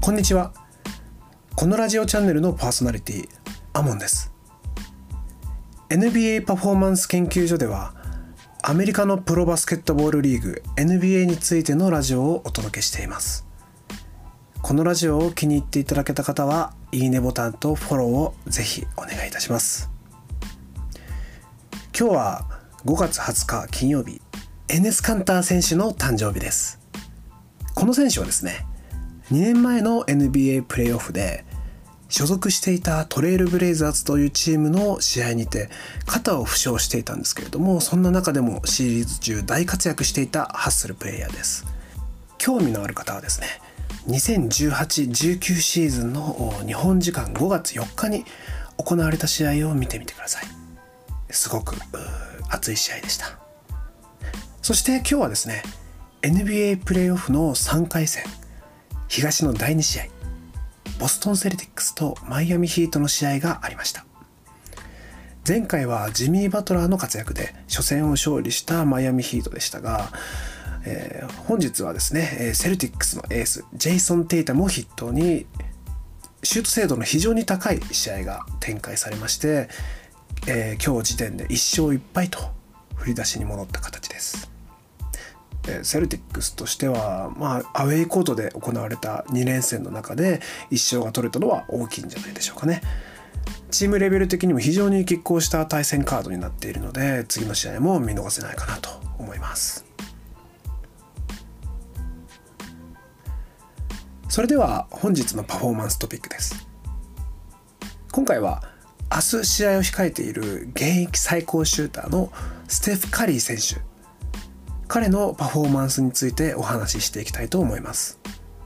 こんにちは。このラジオチャンネルのパーソナリティアモンです。 NBA パフォーマンス研究所ではアメリカのプロバスケットボールリーグ NBA についてのラジオをお届けしています。このラジオを気に入っていただけた方はいいねボタンとフォローをぜひお願いいたします。今日は5月20日金曜日、エネス・カンター選手の誕生日です。この選手はですね、2年前の NBA プレーオフで所属していたトレイルブレイザーズというチームの試合にて肩を負傷していたんですけれども、そんな中でもシリーズ中大活躍していたハッスルプレイヤーです。興味のある方はですね、2018-19シーズンの日本時間5月4日に行われた試合を見てみてください。すごく熱い試合でした。そして今日はですね、 NBA プレーオフの3回戦東の第2試合、ボストンセルティックスとマイアミヒートの試合がありました。前回はジミー・バトラーの活躍で初戦を勝利したマイアミヒートでしたが、本日はですね、セルティックスのエースジェイソン・テイタムを筆頭にシュート精度の非常に高い試合が展開されまして、今日時点で1勝1敗と振り出しに戻った形です。セルティックスとしては、アウェイコートで行われた2連戦の中で1勝が取れたのは大きいんじゃないでしょうかね。チームレベル的にも非常に拮抗した対戦カードになっているので、次の試合も見逃せないかなと思います。それでは本日のパフォーマンストピックです。今回は明日試合を控えている現役最高シューターのステフ・カリー選手、彼のパフォーマンスについてお話ししていきたいと思います。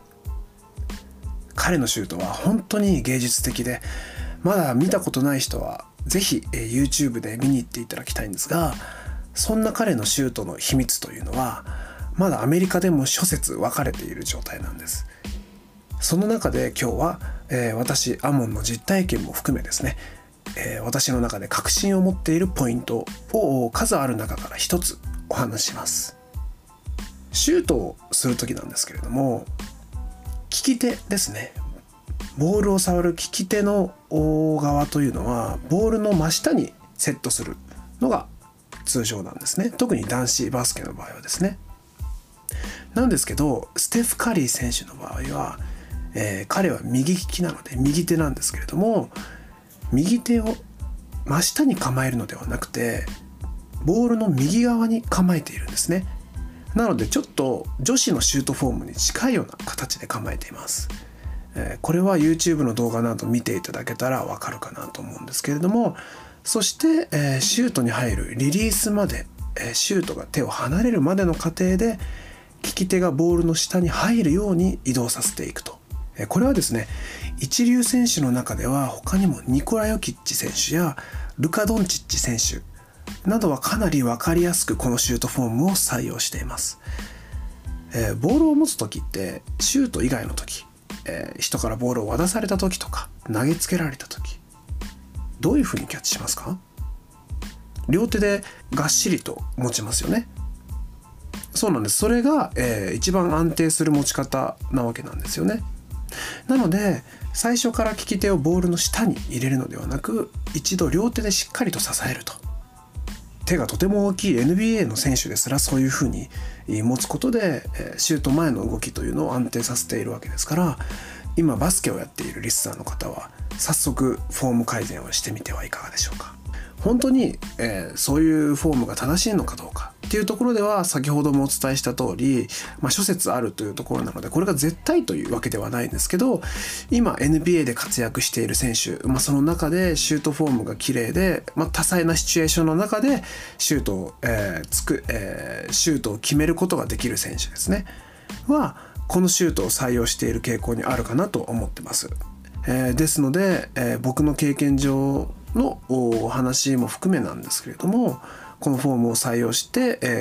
彼のシュートは本当に芸術的で、まだ見たことない人はぜひ YouTube で見に行っていただきたいんですが、そんな彼のシュートの秘密というのはまだアメリカでも諸説分かれている状態なんです。その中で今日は、私アモンの実体験も含めですね、私の中で確信を持っているポイントを数ある中から一つお話しします。シュートをする時なんですけれども、利き手ですね、ボールを触る利き手の側というのはボールの真下にセットするのが通常なんですね。特に男子バスケの場合はですね。なんですけどステフ・カリー選手の場合は、彼は右利きなので右手なんですけれども、右手を真下に構えるのではなくてボールの右側に構えているんですね。なのでちょっと女子のシュートフォームに近いような形で構えています。これは YouTube の動画など見ていただけたらわかるかなと思うんですけれども、そして、シュートに入るリリースまで、シュートが手を離れるまでの過程で利き手がボールの下に入るように移動させていくと。これはですね、一流選手の中では他にもニコラ・ヨキッチ選手やルカ・ドンチッチ選手などはかなり分かりやすくこのシュートフォームを採用しています。ボールを持つ時ってシュート以外の時、人からボールを渡された時とか投げつけられた時、どういうふうにキャッチしますか？両手でがっしりと持ちますよね。そうなんです。それが、一番安定する持ち方なわけなんですよね。なので最初から利き手をボールの下に入れるのではなく、一度両手でしっかりと支えると。手がとても大きい NBA の選手ですらそういうふうに持つことでシュート前の動きというのを安定させているわけですから、今バスケをやっているリスナーの方は早速フォーム改善をしてみてはいかがでしょうか。本当に、そういうフォームが正しいのかどうかっていうところでは先ほどもお伝えした通り、諸説あるというところなのでこれが絶対というわけではないんですけど、今 NBA で活躍している選手、その中でシュートフォームが綺麗で、多彩なシチュエーションの中でシュートを、シュートを決めることができる選手ですねはこのシュートを採用している傾向にあるかなと思ってます。ですので、僕の経験上のお話も含めなんですけれども、このフォームを採用して、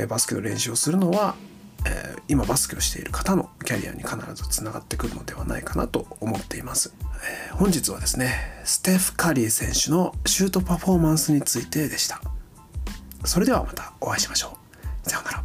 バスケの練習をするのは、今バスケをしている方のキャリアに必ずつながってくるのではないかなと思っています。本日はですね、ステフ・カリー選手のシュートパフォーマンスについてでした。それではまたお会いしましょう。さようなら。